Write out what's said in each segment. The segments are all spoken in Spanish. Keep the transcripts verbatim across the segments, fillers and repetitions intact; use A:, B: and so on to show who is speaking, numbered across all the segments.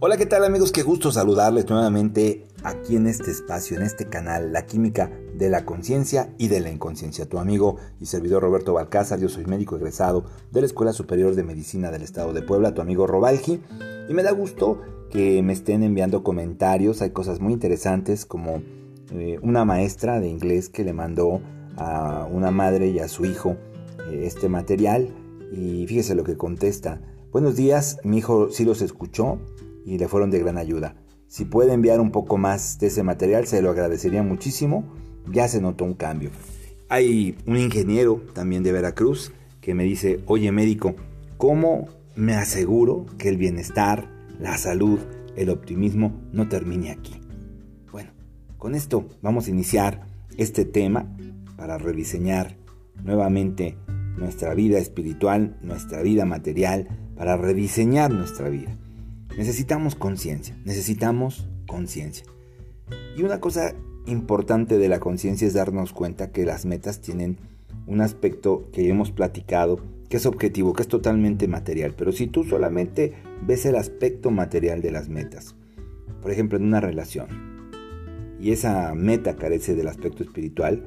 A: Hola, ¿qué tal amigos? Qué gusto saludarles nuevamente aquí en este espacio, en este canal, La Química de la Conciencia y de la Inconsciencia. Tu amigo y servidor Roberto Balcázar, yo soy médico egresado de la Escuela Superior de Medicina del Estado de Puebla, tu amigo Robalji, y me da gusto que me estén enviando comentarios. Hay cosas muy interesantes como eh, una maestra de inglés que le mandó a una madre y a su hijo eh, este material, y fíjese lo que contesta. Buenos días, mi hijo sí los escuchó y le fueron de gran ayuda. Si puede enviar un poco más de ese material, se lo agradecería muchísimo. Ya se notó un cambio. Hay un ingeniero también de Veracruz que me dice: oye médico, ¿cómo me aseguro que el bienestar, la salud, el optimismo no termine aquí? Bueno, con esto vamos a iniciar este tema para rediseñar nuevamente nuestra vida espiritual, nuestra vida material, para rediseñar nuestra vida. Necesitamos conciencia, necesitamos conciencia. Y una cosa importante de la conciencia es darnos cuenta que las metas tienen un aspecto que hemos platicado, que es objetivo, que es totalmente material. Pero si tú solamente ves el aspecto material de las metas, por ejemplo en una relación, y esa meta carece del aspecto espiritual,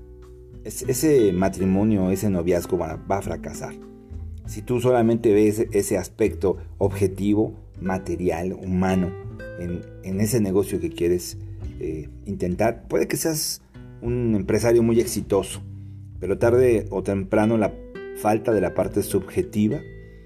A: ese matrimonio, ese noviazgo va, va a fracasar. Si tú solamente ves ese aspecto objetivo, material, humano, en, en ese negocio que quieres eh, intentar, puede que seas un empresario muy exitoso, pero tarde o temprano la falta de la parte subjetiva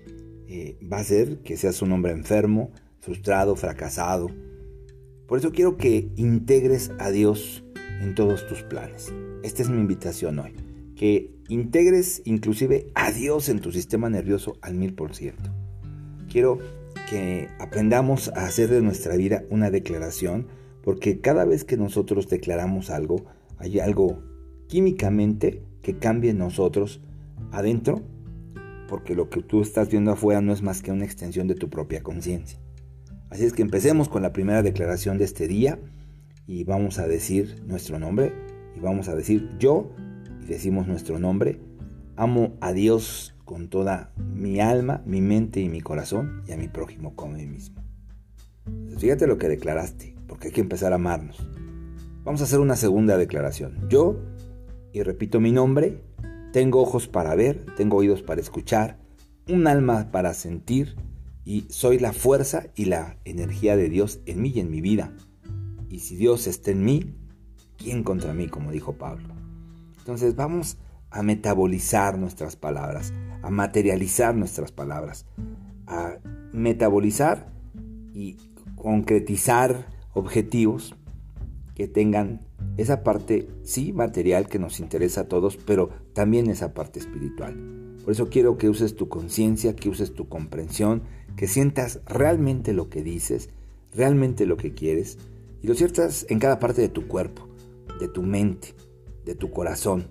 A: eh, va a hacer que seas un hombre enfermo, frustrado, fracasado. Por eso quiero que integres a Dios en todos tus planes. Esta es mi invitación hoy, que integres inclusive a Dios en tu sistema nervioso al mil por ciento. Quiero que aprendamos a hacer de nuestra vida una declaración, porque cada vez que nosotros declaramos algo, hay algo químicamente que cambia en nosotros adentro, porque lo que tú estás viendo afuera no es más que una extensión de tu propia conciencia. Así es que empecemos con la primera declaración de este día y vamos a decir nuestro nombre y vamos a decir yo, y decimos nuestro nombre. Amo a Dios con toda mi alma, mi mente y mi corazón, y a mi prójimo como a mí mismo. Fíjate lo que declaraste, porque hay que empezar a amarnos. Vamos a hacer una segunda declaración. Yo, y repito mi nombre, tengo ojos para ver, tengo oídos para escuchar, un alma para sentir, y soy la fuerza y la energía de Dios en mí y en mi vida. Y si Dios está en mí, ¿quién contra mí?, como dijo Pablo. Entonces vamos a metabolizar nuestras palabras, a materializar nuestras palabras, a metabolizar y concretizar objetivos que tengan esa parte, sí, material que nos interesa a todos, pero también esa parte espiritual. Por eso quiero que uses tu conciencia, que uses tu comprensión, que sientas realmente lo que dices, realmente lo que quieres, y lo sientas en cada parte de tu cuerpo, de tu mente, de tu corazón.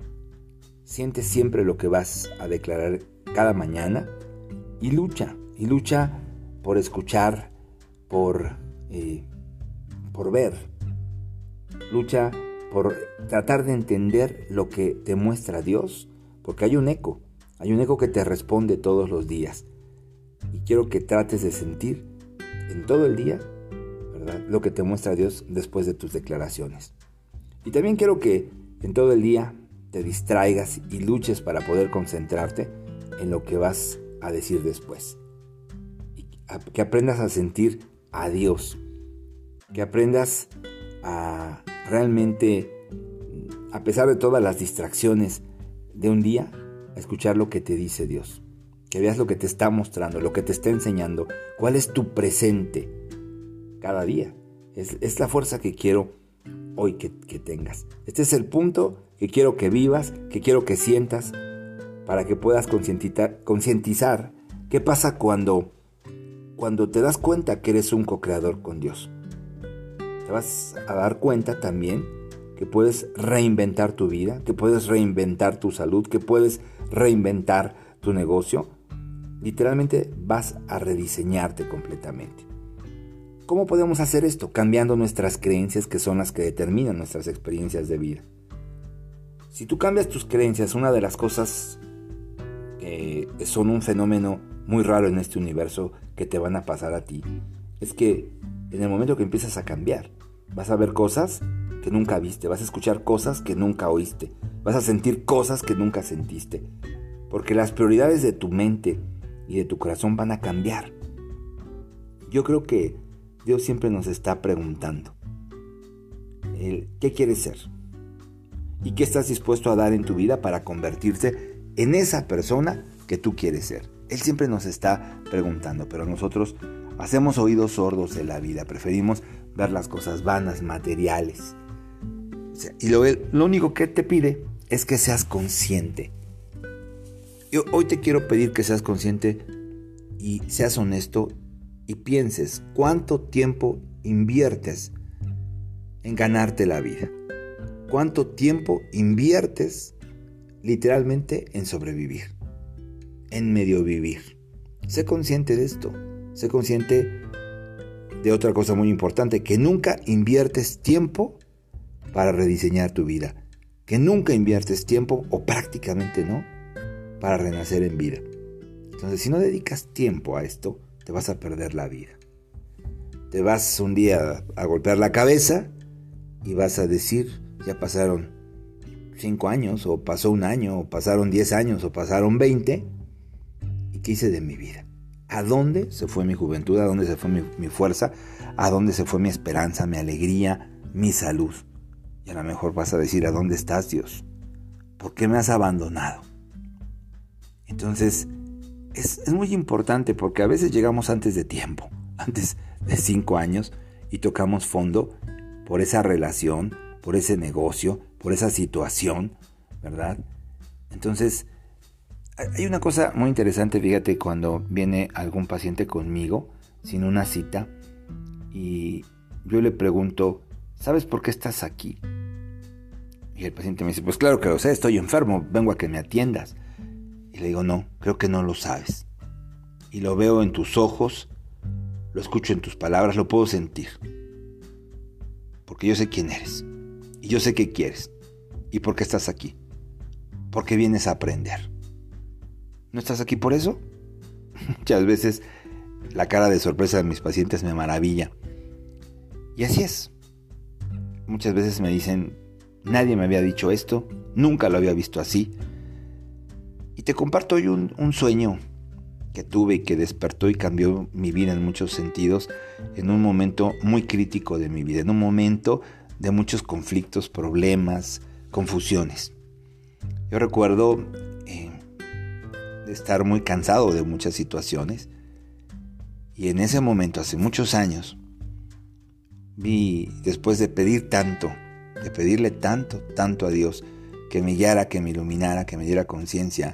A: Siente siempre lo que vas a declarar cada mañana y lucha, y lucha por escuchar, por, eh, por ver. Lucha por tratar de entender lo que te muestra Dios, porque hay un eco, hay un eco que te responde todos los días. Y quiero que trates de sentir en todo el día, ¿verdad?, lo que te muestra Dios después de tus declaraciones. Y también quiero que en todo el día te distraigas y luches para poder concentrarte en lo que vas a decir después. Y que aprendas a sentir a Dios. Que aprendas a realmente, a pesar de todas las distracciones de un día, a escuchar lo que te dice Dios. Que veas lo que te está mostrando, lo que te está enseñando. Cuál es tu presente cada día. Es, es la fuerza que quiero hoy que, que tengas. Este es el punto que quiero que vivas, que quiero que sientas, para que puedas concientizar qué pasa cuando, cuando te das cuenta que eres un co-creador con Dios. Te vas a dar cuenta también que puedes reinventar tu vida, que puedes reinventar tu salud, que puedes reinventar tu negocio. Literalmente vas a rediseñarte completamente. ¿Cómo podemos hacer esto? Cambiando nuestras creencias, que son las que determinan nuestras experiencias de vida. Si tú cambias tus creencias, una de las cosas que son un fenómeno muy raro en este universo que te van a pasar a ti, es que en el momento que empiezas a cambiar, vas a ver cosas que nunca viste, vas a escuchar cosas que nunca oíste, vas a sentir cosas que nunca sentiste, porque las prioridades de tu mente y de tu corazón van a cambiar. Yo creo que Dios siempre nos está preguntando, ¿qué quieres ser? ¿Y qué estás dispuesto a dar en tu vida para convertirte en esa persona que tú quieres ser? Él siempre nos está preguntando, pero nosotros hacemos oídos sordos de la vida, preferimos ver las cosas vanas, materiales. O sea, y lo, lo único que te pide es que seas consciente. Yo hoy te quiero pedir que seas consciente y seas honesto y pienses cuánto tiempo inviertes en ganarte la vida. Cuánto tiempo inviertes literalmente en sobrevivir, en medio vivir. Sé consciente de esto. Sé consciente de otra cosa muy importante, que nunca inviertes tiempo para rediseñar tu vida. Que nunca inviertes tiempo, o prácticamente no, para renacer en vida. Entonces, si no dedicas tiempo a esto, te vas a perder la vida. Te vas un día a golpear la cabeza y vas a decir, ya pasaron cinco años, o pasó un año, o pasaron diez años, o pasaron veinte, ¿y qué hice de mi vida? ¿A dónde se fue mi juventud? ¿A dónde se fue mi, mi fuerza? ¿A dónde se fue mi esperanza, mi alegría, mi salud? Y a lo mejor vas a decir, ¿a dónde estás, Dios? ¿Por qué me has abandonado? Entonces, es, es muy importante, porque a veces llegamos antes de tiempo, antes de cinco años, y tocamos fondo por esa relación, por ese negocio, por esa situación, ¿verdad? Entonces, hay una cosa muy interesante, fíjate, cuando viene algún paciente conmigo sin una cita y yo le pregunto, ¿sabes por qué estás aquí? Y el paciente me dice, pues claro que lo sé, estoy enfermo, vengo a que me atiendas. Y le digo, no, creo que no lo sabes. Y lo veo en tus ojos, lo escucho en tus palabras, lo puedo sentir. Porque yo sé quién eres y yo sé qué quieres y por qué estás aquí. Porque vienes a aprender. ¿No estás aquí por eso? Muchas veces la cara de sorpresa de mis pacientes me maravilla. Y así es. Muchas veces me dicen, nadie me había dicho esto, nunca lo había visto así. Y te comparto hoy un, un sueño que tuve y que despertó y cambió mi vida en muchos sentidos, en un momento muy crítico de mi vida, en un momento de muchos conflictos, problemas, confusiones. Yo recuerdo eh, de estar muy cansado de muchas situaciones, y en ese momento, hace muchos años, vi, después de pedir tanto, de pedirle tanto, tanto a Dios, que me guiara, que me iluminara, que me diera conciencia,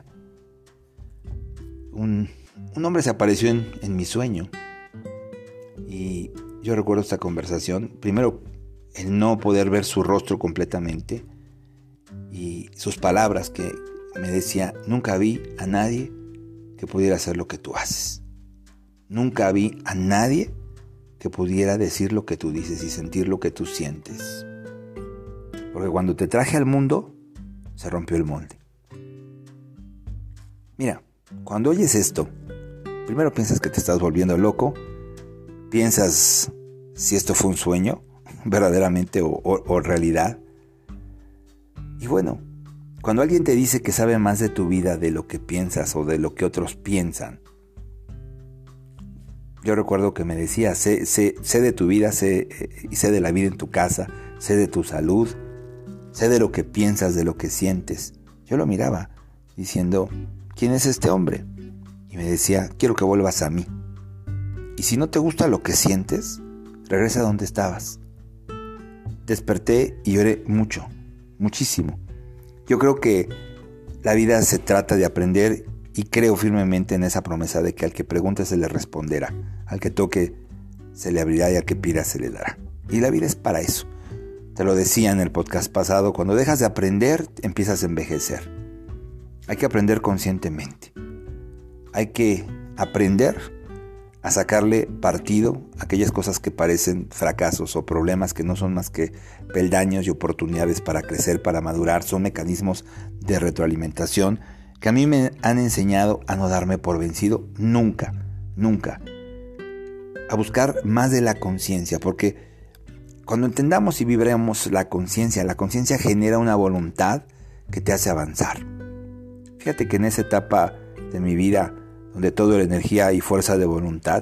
A: un, un hombre se apareció en, en mi sueño. Y yo recuerdo esta conversación, primero el no poder ver su rostro completamente, y sus palabras que me decía, nunca vi a nadie que pudiera hacer lo que tú haces. Nunca vi a nadie que pudiera decir lo que tú dices y sentir lo que tú sientes. Porque cuando te traje al mundo, se rompió el molde. Mira, cuando oyes esto, primero piensas que te estás volviendo loco, piensas si esto fue un sueño, verdaderamente, o, o, o realidad. Y bueno, cuando alguien te dice que sabe más de tu vida de lo que piensas o de lo que otros piensan, yo recuerdo que me decía, sé, sé, sé de tu vida, sé, eh, sé de la vida en tu casa, sé de tu salud, sé de lo que piensas, de lo que sientes. Yo lo miraba diciendo, ¿quién es este hombre? Y me decía, quiero que vuelvas a mí. Y si no te gusta lo que sientes, regresa a donde estabas. Desperté y lloré mucho, muchísimo. Yo creo que la vida se trata de aprender, y creo firmemente en esa promesa de que al que pregunte se le responderá, al que toque se le abrirá y al que pida se le dará. Y la vida es para eso. Te lo decía en el podcast pasado, cuando dejas de aprender, empiezas a envejecer. Hay que aprender conscientemente. Hay que aprender a sacarle partido a aquellas cosas que parecen fracasos o problemas que no son más que peldaños y oportunidades para crecer, para madurar. Son mecanismos de retroalimentación que a mí me han enseñado a no darme por vencido nunca, nunca. a buscar más de la conciencia, porque cuando entendamos y vibremos la conciencia, la conciencia genera una voluntad que te hace avanzar. Fíjate que en esa etapa de mi vida, donde todo era energía y fuerza de voluntad,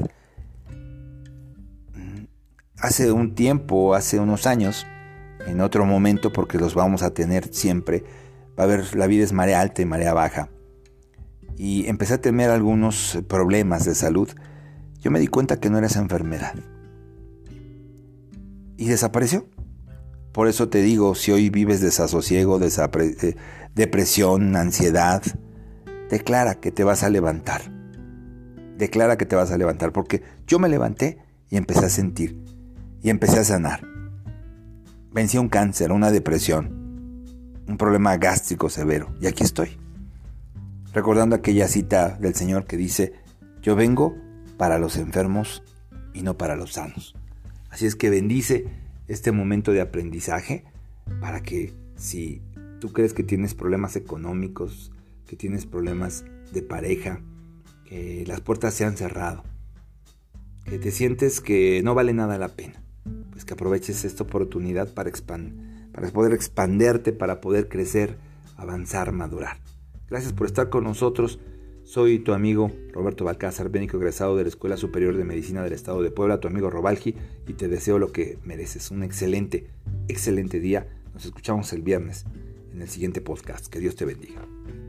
A: hace un tiempo, hace unos años, en otro momento, porque los vamos a tener siempre, va a haber, la vida es marea alta y marea baja, y empecé a tener algunos problemas de salud. Yo me di cuenta que no era esa enfermedad, y desapareció. Por eso te digo, si hoy vives desasosiego, desapre- eh, depresión, ansiedad, declara que te vas a levantar. Declara que te vas a levantar, porque yo me levanté y empecé a sentir, y empecé a sanar. Vencí un cáncer, una depresión, un problema gástrico severo, y aquí estoy. Recordando aquella cita del Señor que dice, yo vengo para los enfermos y no para los sanos. Así es que bendice este momento de aprendizaje para que si tú crees que tienes problemas económicos, que tienes problemas de pareja, que las puertas se han cerrado, que te sientes que no vale nada la pena, pues que aproveches esta oportunidad para, expand- para poder expanderte, para poder crecer, avanzar, madurar. Gracias por estar con nosotros. Soy tu amigo Roberto Balcázar, médico egresado de la Escuela Superior de Medicina del Estado de Puebla, tu amigo Robalgi, y te deseo lo que mereces. Un excelente, excelente día. Nos escuchamos el viernes en el siguiente podcast. Que Dios te bendiga.